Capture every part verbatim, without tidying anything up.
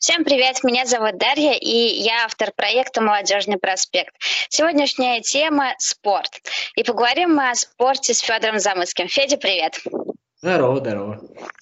Всем привет, меня зовут Дарья, и я автор проекта «Молодежный проспект». Сегодняшняя тема– спорт. И поговорим мы о спорте с Федором Замыцким. Федя, привет. Здорово, здорово.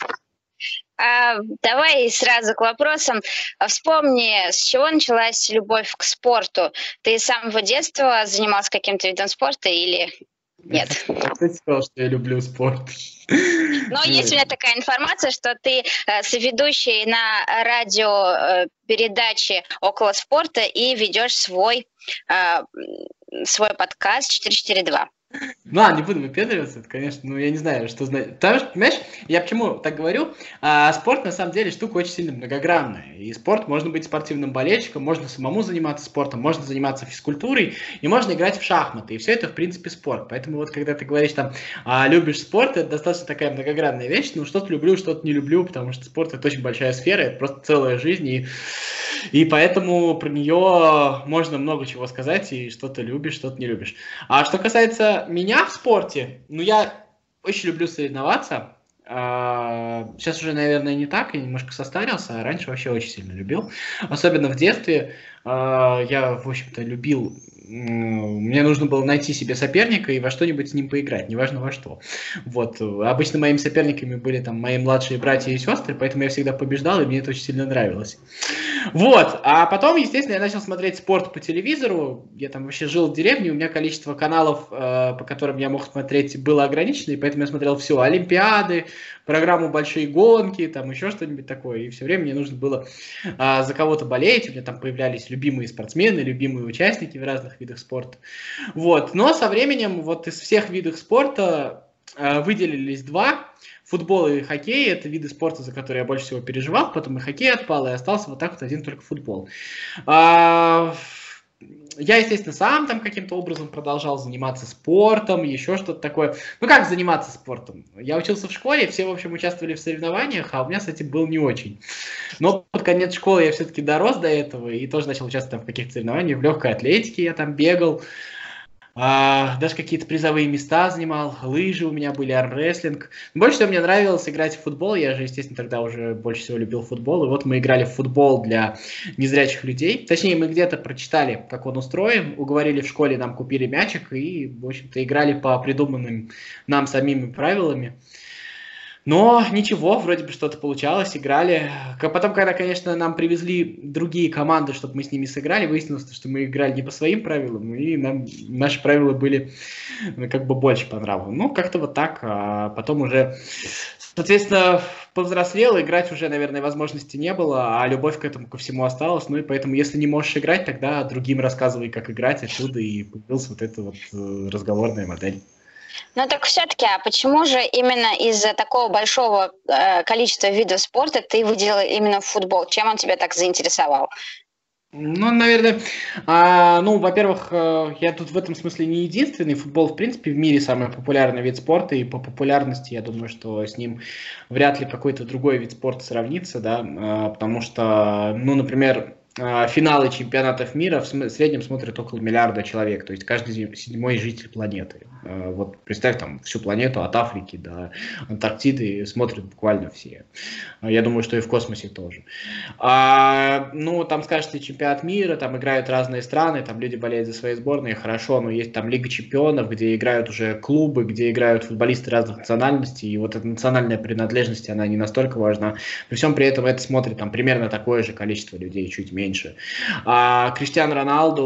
А, давай сразу к вопросам. А, Вспомни, с чего началась любовь к спорту? Ты с самого детства занимался каким-то видом спорта или нет? А кто тебе сказал, что я люблю спорт? Но есть у Ну, меня такая информация, что ты э, соведущий на радио э, передачи «Около спорта» и ведешь свой, э, м, свой подкаст четыре четыре два. Ну, ладно, не буду выпендриваться, это, конечно, ну, я не знаю, что знать. Потому что, понимаешь, я почему так говорю, а, спорт, на самом деле, штука очень сильно многогранная. И спорт, можно быть спортивным болельщиком, можно самому заниматься спортом, можно заниматься физкультурой, и можно играть в шахматы. И все это, в принципе, спорт. Поэтому вот, когда ты говоришь, там, а, любишь спорт, это достаточно такая многогранная вещь. Ну, что-то люблю, что-то не люблю, потому что спорт — это очень большая сфера, это просто целая жизнь, и и поэтому про нее можно много чего сказать, и что ты любишь, что ты не любишь. А что касается меня в спорте, ну, я очень люблю соревноваться. А, Сейчас уже, наверное, не так, я немножко состарился, а раньше вообще очень сильно любил. Особенно в детстве а, я, в общем-то, любил... м, Мне нужно было найти себе соперника и во что-нибудь с ним поиграть, неважно во что. Вот. Обычно моими соперниками были там мои младшие братья и сестры, поэтому я всегда побеждал, и мне это очень сильно нравилось. Вот, а потом, естественно, я начал смотреть спорт по телевизору. Я там вообще жил в деревне, у меня количество каналов, э, по которым я мог смотреть, было ограничено, и поэтому я смотрел все: Олимпиады, программу «Большие гонки», там еще что-нибудь такое. И все время мне нужно было э, за кого-то болеть, у меня там появлялись любимые спортсмены, любимые участники в разных видах спорта. Вот, но со временем вот из всех видов спорта э, выделились два. Футбол и хоккей — это виды спорта, за которые я больше всего переживал. Потом и хоккей отпал, и остался вот так вот один только футбол. А, Я, естественно, сам там каким-то образом продолжал заниматься спортом, еще что-то такое. Ну, как заниматься спортом? Я учился в школе, все, в общем, участвовали в соревнованиях, а у меня с этим был не очень. Но под конец школы я все-таки дорос до этого и тоже начал участвовать там в каких-то соревнованиях. В легкой атлетике я там бегал, а, даже какие-то призовые места занимал, лыжи у меня были, армрестлинг. Больше всего мне нравилось играть в футбол, я же, естественно, тогда уже больше всего любил футбол, и вот мы играли в футбол для незрячих людей. Точнее, мы где-то прочитали, как он устроен, уговорили в школе, нам купили мячик, и, в общем-то, играли по придуманным нам самими правилами. Но ничего, вроде бы что-то получалось, играли. К- Потом, когда, конечно, нам привезли другие команды, чтобы мы с ними сыграли, выяснилось, что мы играли не по своим правилам, и нам наши правила были ну, как бы больше по нраву. Ну, как-то вот так. А потом уже, соответственно, повзрослел, играть уже, наверное, возможности не было, а любовь к этому ко всему осталась. Ну и поэтому, если не можешь играть, тогда другим рассказывай, как играть. Отсюда и появилась вот эта вот э, разговорная модель. Ну так все-таки, а почему же именно из-за такого большого э, количества видов спорта ты выделил именно футбол? Чем он тебя так заинтересовал? Ну, наверное, а, ну, во-первых, э, я тут в этом смысле не единственный. Футбол, в принципе, в мире самый популярный вид спорта, и по популярности, я думаю, что с ним вряд ли какой-то другой вид спорта сравнится, да, а, потому что, ну, например, а, финалы чемпионатов мира в см- среднем смотрят около миллиарда человек, то есть каждый зе- седьмой житель планеты. А, Вот представь там всю планету от Африки до Антарктиды смотрят буквально все. А Я думаю, что и в космосе тоже. А, ну, там, скажете, чемпионат мира, там играют разные страны, там люди болеют за свои сборные, хорошо, но есть там Лига чемпионов, где играют уже клубы, где играют футболисты разных национальностей, и вот эта национальная принадлежность, она не настолько важна. При всем при этом это смотрит там примерно такое же количество людей, чуть меньше. А Криштиану Роналду,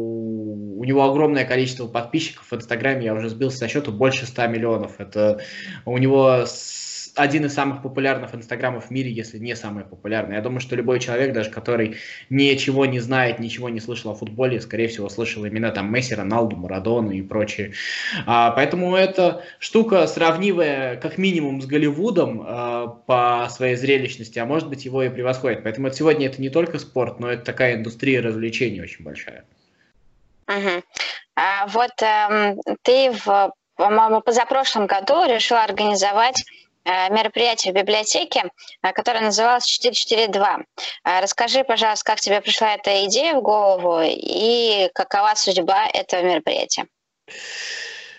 у него огромное количество подписчиков в Инстаграме, я уже сбился со счету, больше ста миллионов. Это у него с- один из самых популярных инстаграмов в мире, если не самый популярный. Я думаю, что любой человек, даже который ничего не знает, ничего не слышал о футболе, скорее всего, слышал имена там Месси, Роналду, Марадону и прочее. А, поэтому эта штука сравнивая как минимум с Голливудом а, по своей зрелищности, а может быть его и превосходит. Поэтому это сегодня это не только спорт, но это такая индустрия развлечений очень большая. Мгм. А вот эм, ты, в, по-моему, позапрошлом году решил организовать э, мероприятие в библиотеке, э, которое называлось четыре четыре два. А Расскажи, пожалуйста, как тебе пришла эта идея в голову и какова судьба этого мероприятия?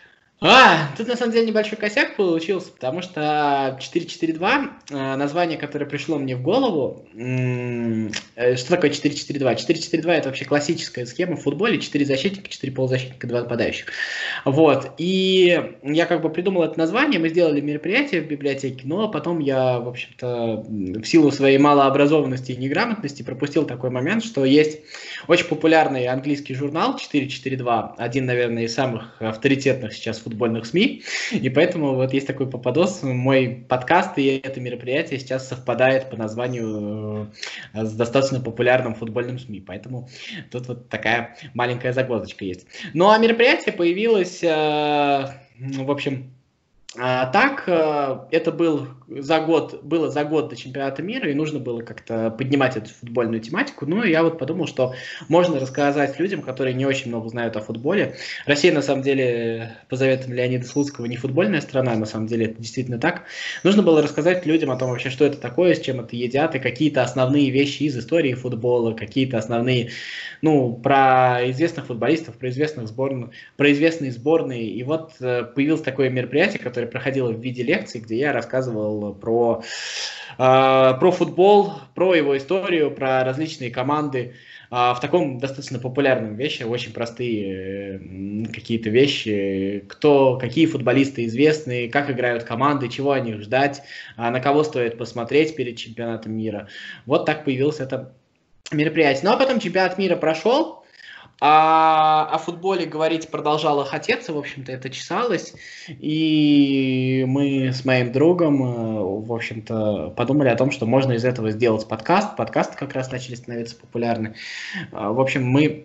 А, тут на самом деле небольшой косяк получился, потому что четыре четыре два, э, название, которое пришло мне в голову, м, э, что такое четыре четыре два? четыре четыре два это вообще классическая схема в футболе, четыре защитника, четыре полузащитника, два нападающих. Вот, и я как бы придумал это название, мы сделали мероприятие в библиотеке, но потом я, в общем-то, в силу своей малообразованности и неграмотности пропустил такой момент, что есть очень популярный английский журнал четыре четыре два, один, наверное, из самых авторитетных сейчас футбольных СМИ, и поэтому вот есть такой попадос, мой подкаст и это мероприятие сейчас совпадает по названию э, с достаточно популярным футбольным СМИ, поэтому тут вот такая маленькая загвоздочка есть. Ну а мероприятие появилось, э, в общем, а, так, э, это был за год, было за год до чемпионата мира, и нужно было как-то поднимать эту футбольную тематику. Ну, и я вот подумал, что можно рассказать людям, которые не очень много знают о футболе. Россия, на самом деле, по заветам Леонида Слуцкого, не футбольная страна, на самом деле это действительно так. Нужно было рассказать людям о том вообще, что это такое, с чем это едят, и какие-то основные вещи из истории футбола, какие-то основные, ну, про известных футболистов, про известных сборных, про известные сборные. И вот э, появилось такое мероприятие, которое проходило в виде лекций, где я рассказывал про, э, про футбол, про его историю, про различные команды, э, в таком достаточно популярном вещи, очень простые э, какие-то вещи, кто, какие футболисты известны, как играют команды, чего о них ждать, э, на кого стоит посмотреть перед чемпионатом мира. Вот так появилось это мероприятие. Ну а потом чемпионат мира прошел, а о футболе говорить продолжало хотеться, в общем-то, это чесалось, и мы с моим другом, в общем-то, подумали о том, что можно из этого сделать подкаст. Подкасты как раз начали становиться популярны. В общем, мы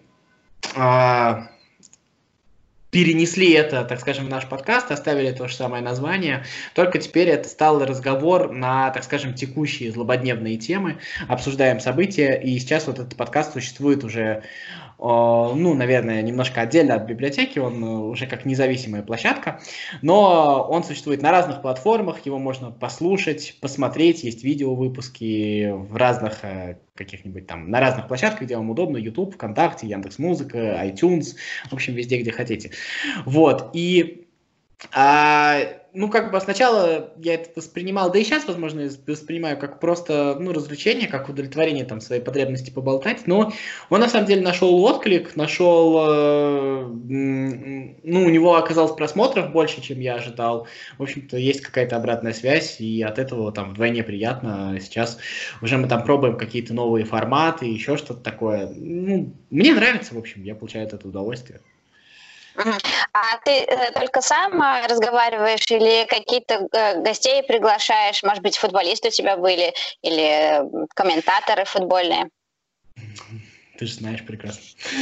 перенесли это, так скажем, в наш подкаст, оставили то же самое название, только теперь это стал разговор на, так скажем, текущие злободневные темы, обсуждаем события, и сейчас вот этот подкаст существует уже, ну, наверное, немножко отдельно от библиотеки, он уже как независимая площадка, но он существует на разных платформах, его можно послушать, посмотреть, есть видеовыпуски в разных каких-нибудь там, на разных площадках, где вам удобно, YouTube, ВКонтакте, Яндекс.Музыка, iTunes, в общем, везде, где хотите. Вот, и а, ну, как бы сначала я это воспринимал, да и сейчас, возможно, воспринимаю как просто, ну, развлечение, как удовлетворение там своей потребности поболтать, но он на самом деле нашел отклик, нашел, э, ну, у него оказалось просмотров больше, чем я ожидал, в общем-то, есть какая-то обратная связь, и от этого там вдвойне приятно, сейчас уже мы там пробуем какие-то новые форматы, еще что-то такое, ну, мне нравится, в общем, я получаю от этого удовольствие. А ты э, только сам э, разговариваешь или какие-то э, гостей приглашаешь? Может быть, футболисты у тебя были или э, комментаторы футбольные? Ты же знаешь прекрасно.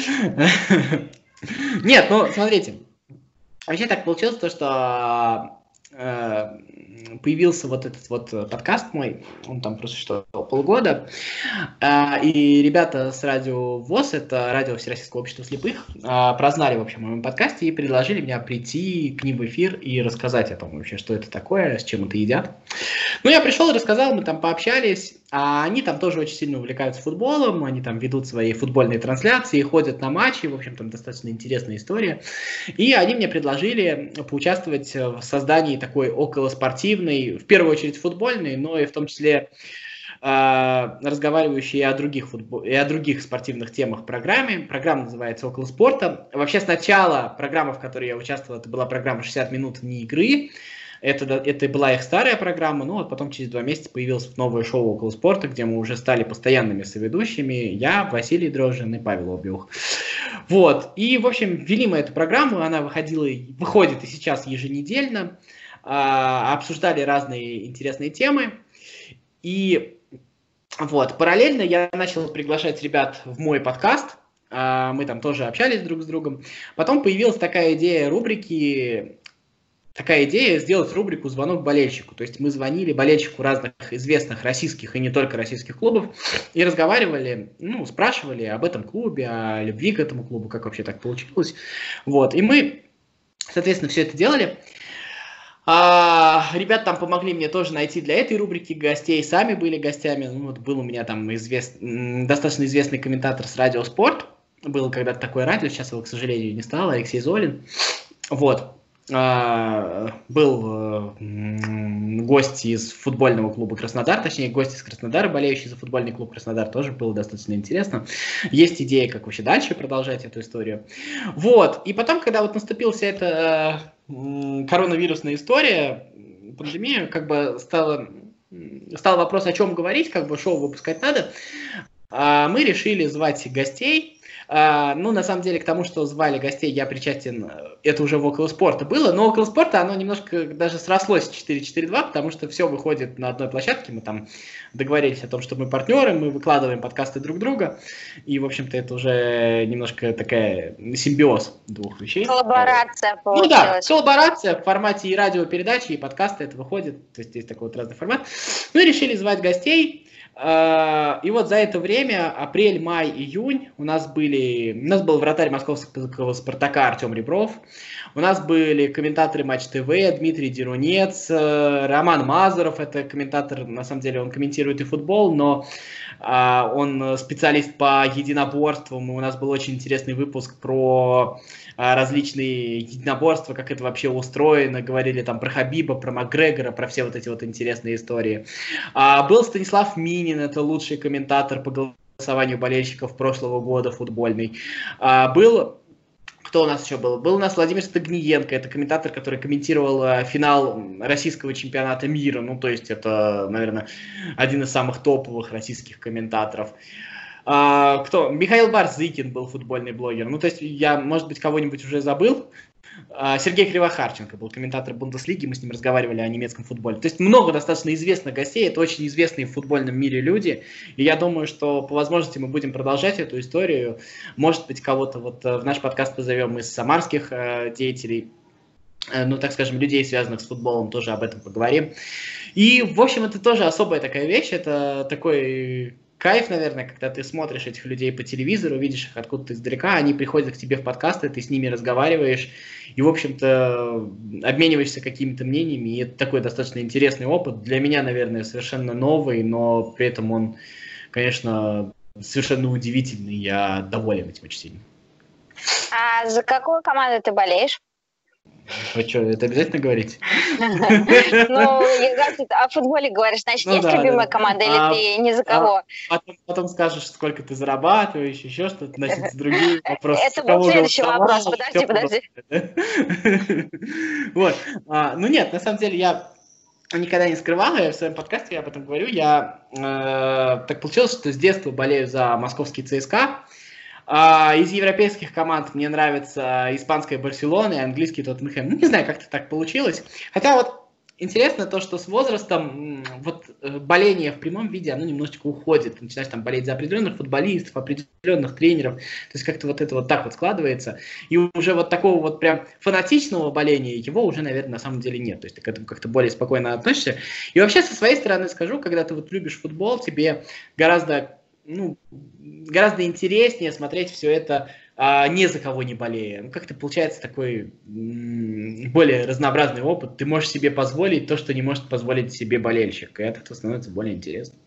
Нет, ну, смотрите. Вообще так получилось, то, что э, появился вот этот вот подкаст мой, он там просуществовал полгода, э, и ребята с радио ВОС, это радио Всероссийского общества слепых, э, прознали, в общем, о моем подкасте и предложили меня прийти к ним в эфир и рассказать о том вообще, что это такое, с чем это едят. Ну, я пришел, рассказал, мы там пообщались, а они там тоже очень сильно увлекаются футболом, они там ведут свои футбольные трансляции, ходят на матчи, в общем, там достаточно интересная история. И они мне предложили поучаствовать в создании такой околоспортивной, в первую очередь футбольной, но и в том числе э, разговаривающей и о других, футбол... и о других спортивных темах программе. Программа называется «Около спорта». Вообще сначала программа, в которой я участвовал, это была программа шестьдесят минут вне игры. Это, это была их старая программа, ну вот потом через два месяца появилось новое шоу «Около спорта», где мы уже стали постоянными соведущими. Я, Василий Дрожжин и Павел Обиух. Вот, и, в общем, ввели мы эту программу, она выходила, выходит и сейчас еженедельно, а, обсуждали разные интересные темы, и вот, параллельно я начал приглашать ребят в мой подкаст, а, мы там тоже общались друг с другом, потом появилась такая идея рубрики, такая идея сделать рубрику «Звонок болельщику». То есть мы звонили болельщику разных известных российских и не только российских клубов и разговаривали, ну, спрашивали об этом клубе, о любви к этому клубу, как вообще так получилось. Вот. И мы, соответственно, все это делали. А, ребята там помогли мне тоже найти для этой рубрики гостей, сами были гостями. Ну, вот был у меня там извест... достаточно известный комментатор с Радио Спорт. Было когда-то такое радио, сейчас его, к сожалению, не стало, Алексей Золин. Вот. э, был э, гость из футбольного клуба Краснодар, точнее, гость из Краснодара, болеющий за футбольный клуб Краснодар, тоже было достаточно интересно. Есть идея, как вообще дальше продолжать эту историю. Вот, и потом, когда вот наступила вся эта э, коронавирусная история, пандемия, как бы стало, стал вопрос, о чем говорить, как бы шоу выпускать надо, э, мы решили звать гостей. Uh, ну, на самом деле, к тому, что звали гостей, я причастен, это уже в около спорта было, но около спорта оно немножко даже срослось с четыре четыре два, потому что все выходит на одной площадке, мы там договорились о том, что мы партнеры, мы выкладываем подкасты друг друга, и, в общем-то, это уже немножко такая симбиоз двух вещей. Коллаборация получилась. Ну да, коллаборация в формате и радиопередачи, и подкаста, это выходит, то есть есть такой вот разный формат. Ну и решили звать гостей. И вот за это время, апрель, май, июнь, у нас были, у нас был вратарь московского «Спартака» Артем Ребров, у нас были комментаторы Матч ТВ, Дмитрий Дерунец, Роман Мазуров, это комментатор, на самом деле он комментирует и футбол, но он специалист по единоборствам, и у нас был очень интересный выпуск про различные единоборства, как это вообще устроено, говорили там про Хабиба, про Макгрегора, про все вот эти вот интересные истории. А, был Станислав Минин, это лучший комментатор по голосованию болельщиков прошлого года футбольный. А, был, кто у нас еще был? Был у нас Владимир Стагниенко, это комментатор, который комментировал финал российского чемпионата мира, ну то есть это, наверное, один из самых топовых российских комментаторов. Uh, кто? Михаил Барзыкин был футбольный блогер. Ну, то есть, я, может быть, кого-нибудь уже забыл. Uh, Сергей Кривохарченко был комментатор Бундеслиги, мы с ним разговаривали о немецком футболе. То есть, много достаточно известных гостей, это очень известные в футбольном мире люди. И я думаю, что по возможности мы будем продолжать эту историю. Может быть, кого-то вот в наш подкаст позовем из самарских uh, деятелей, uh, ну, так скажем, людей, связанных с футболом, тоже об этом поговорим. И, в общем, это тоже особая такая вещь, это такой... кайф, наверное, когда ты смотришь этих людей по телевизору, видишь их откуда-то издалека, они приходят к тебе в подкасты, ты с ними разговариваешь и, в общем-то, обмениваешься какими-то мнениями, и это такой достаточно интересный опыт. Для меня, наверное, совершенно новый, но при этом он, конечно, совершенно удивительный, я доволен этим очень сильно. А за какую команду ты болеешь? Вы что, это обязательно говорить? Ну, если ты о футболе говоришь, значит, есть любимая команда, или ты ни за кого? Потом скажешь, сколько ты зарабатываешь, еще что-то, значит, другие вопросы. Это был следующий вопрос, подожди, подожди. Вот, ну нет, на самом деле я никогда не скрывал, я в своем подкасте об этом говорю, я так получилось, что с детства болею за московский ЦСКА. Uh, из европейских команд мне нравится испанская Барселона и английский Тоттенхэм. Ну, не знаю, как-то так получилось. Хотя вот интересно то, что с возрастом вот боление в прямом виде, оно немножечко уходит. Ты начинаешь там болеть за определенных футболистов, определенных тренеров. То есть как-то вот это вот так вот складывается. И уже вот такого вот прям фанатичного боления, его уже, наверное, на самом деле нет. То есть ты к этому как-то более спокойно относишься. И вообще со своей стороны скажу, когда ты вот любишь футбол, тебе гораздо ну, гораздо интереснее смотреть все это а, не за кого не болея. Ну, как-то получается такой м- более разнообразный опыт. Ты можешь себе позволить то, что не может позволить себе болельщик. И от этого становится более интересно.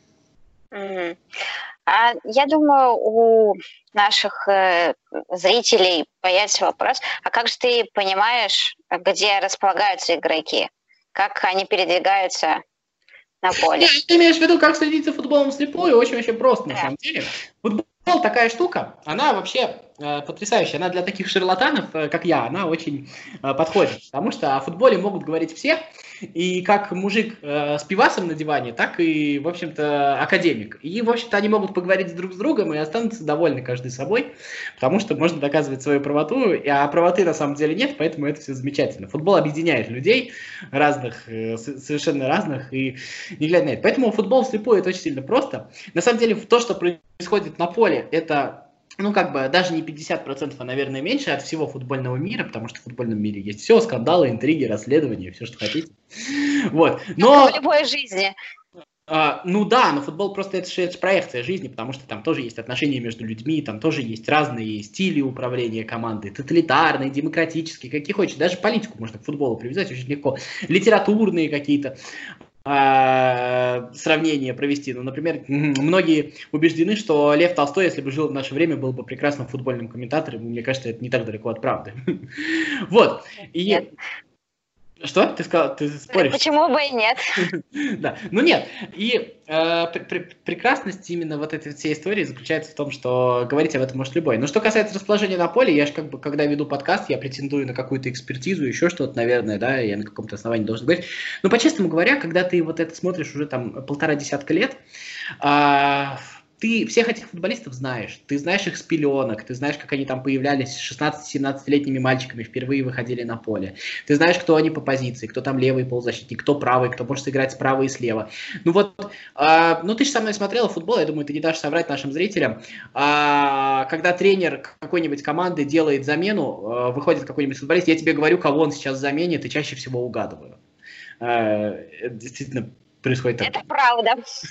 Mm-hmm. А, я думаю, у наших э, зрителей появится вопрос, а как же ты понимаешь, где располагаются игроки? Как они передвигаются на поле? Нет, ты имеешь в виду, как следить за футболом слепую? Очень-очень просто, на да. самом деле. Футбол такая штука, она вообще э, потрясающая. Она для таких шарлатанов, э, как я, она очень э, подходит. Потому что о футболе могут говорить все. И как мужик э, с пивасом на диване, так и, в общем-то, академик. И, в общем-то, они могут поговорить друг с другом и останутся довольны каждый собой. Потому что можно доказывать свою правоту. А правоты на самом деле нет, поэтому это все замечательно. Футбол объединяет людей разных, э, совершенно разных. И не глядя на это. Поэтому футбол вслепую это очень сильно просто. На самом деле, то, что происходит на поле, это, ну, как бы, даже не пятьдесят процентов, а, наверное, меньше от всего футбольного мира, потому что в футбольном мире есть все, скандалы, интриги, расследования, все, что хотите. Вот. Но... в любой жизни. Uh, ну да, но футбол просто это же, это же проекция жизни, потому что там тоже есть отношения между людьми, там тоже есть разные стили управления командой, тоталитарные, демократические, какие хочешь. Даже политику можно к футболу привязать очень легко. Литературные какие-то. э, сравнение провести. Ну, например, многие убеждены, что Лев Толстой, если бы жил в наше время, был бы прекрасным футбольным комментатором. Мне кажется, это не так далеко от правды. Вот. Нет. И что? Ты сказал, ты споришь? Почему бы и нет? Да, ну нет. И э, пр пр прекрасность именно вот этой всей истории заключается в том, что говорить об этом может любой. Но что касается расположения на поле, я же как бы, когда веду подкаст, я претендую на какую-то экспертизу, еще что-то, наверное, да, я на каком-то основании должен говорить. Но, по-честному говоря, когда ты вот это смотришь уже там полтора десятка лет, э, ты всех этих футболистов знаешь, ты знаешь их с пеленок, ты знаешь, как они там появлялись шестнадцати-семнадцатилетними мальчиками, впервые выходили на поле. Ты знаешь, кто они по позиции, кто там левый полузащитник, кто правый, кто может сыграть справа и слева. Ну вот, э, ну ты же со мной смотрела футбол, я думаю, ты не дашь соврать нашим зрителям. Э, когда тренер какой-нибудь команды делает замену, э, выходит какой-нибудь футболист, я тебе говорю, кого он сейчас заменит, и чаще всего угадываю. Э, действительно, происходит так. Это правда.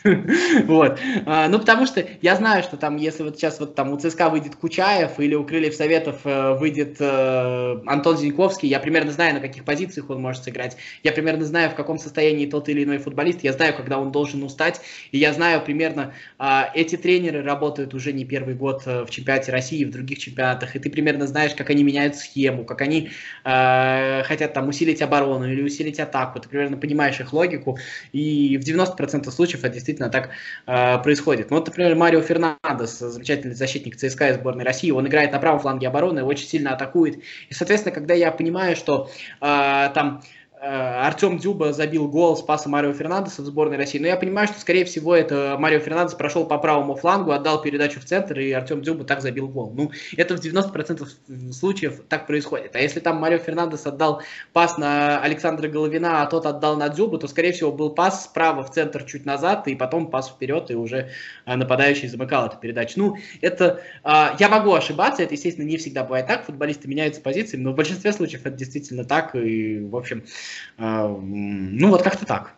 Вот. А, ну, потому что я знаю, что там, если вот сейчас вот там у ЦСКА выйдет Кучаев или у Крыльев Советов э, выйдет э, Антон Зиньковский, я примерно знаю, на каких позициях он может сыграть. Я примерно знаю, в каком состоянии тот или иной футболист. Я знаю, когда он должен устать. И я знаю примерно, э, эти тренеры работают уже не первый год э, в чемпионате России, в других чемпионатах. И ты примерно знаешь, как они меняют схему, как они э, хотят там усилить оборону или усилить атаку. Ты примерно понимаешь их логику. И в девяноста процентах случаев это действительно так э, происходит. Ну, вот, например, Марио Фернандес, замечательный защитник ЦСКА и сборной России, он играет на правом фланге обороны, очень сильно атакует. И, соответственно, когда я понимаю, что э, там Артем Дзюба забил гол с паса Марио Фернандеса в сборной России, но я понимаю, что, скорее всего, это Марио Фернандес прошел по правому флангу, отдал передачу в центр, и Артем Дзюба так забил гол. Ну, это в девяноста процентах случаев так происходит. А если там Марио Фернандес отдал пас на Александра Головина, а тот отдал на Дзюбу, то, скорее всего, был пас справа в центр чуть назад, и потом пас вперед, и уже нападающий замыкал эту передачу. Ну, это... Я могу ошибаться, это, естественно, не всегда бывает так, футболисты меняются позициями, но в большинстве случаев это действительно так, и, в общем... Ну, вот как-то так.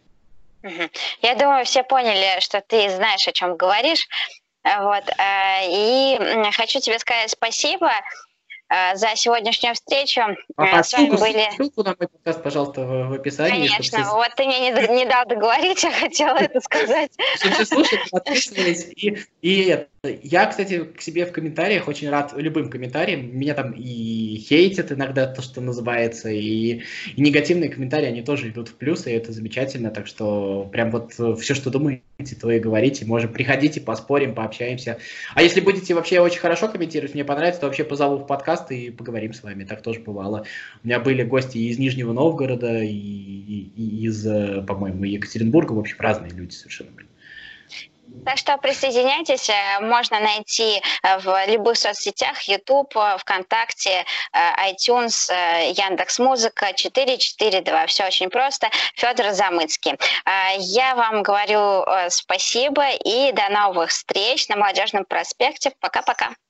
Я думаю, все поняли, что ты знаешь, о чем говоришь. Вот. И хочу тебе сказать спасибо за сегодняшнюю встречу. А С вами ссылку, были... ссылку на мой подкаст, пожалуйста, в, в описании. Конечно, все... вот ты мне не, не дал договорить, я хотела это сказать. Чтобы все слушали, подписывались. И, и я, кстати, к себе в комментариях очень рад любым комментариям. Меня там и хейтят иногда, то, что называется, и, и негативные комментарии, они тоже идут в плюс, и это замечательно. Так что прям вот все, что думаете, то и говорите. Можем, приходите, поспорим, пообщаемся. А если будете вообще очень хорошо комментировать, мне понравится, то вообще позову в подкаст и поговорим с вами. Так тоже бывало. У меня были гости из Нижнего Новгорода, и, и, и из, по-моему, Екатеринбурга. В общем, разные люди совершенно были. Так что присоединяйтесь, можно найти в любых соцсетях, YouTube, ВКонтакте, iTunes, Яндекс.Музыка, четыре четыре два. Все очень просто. Федор Замыцкий. Я вам говорю спасибо и до новых встреч на Молодежном проспекте. Пока-пока.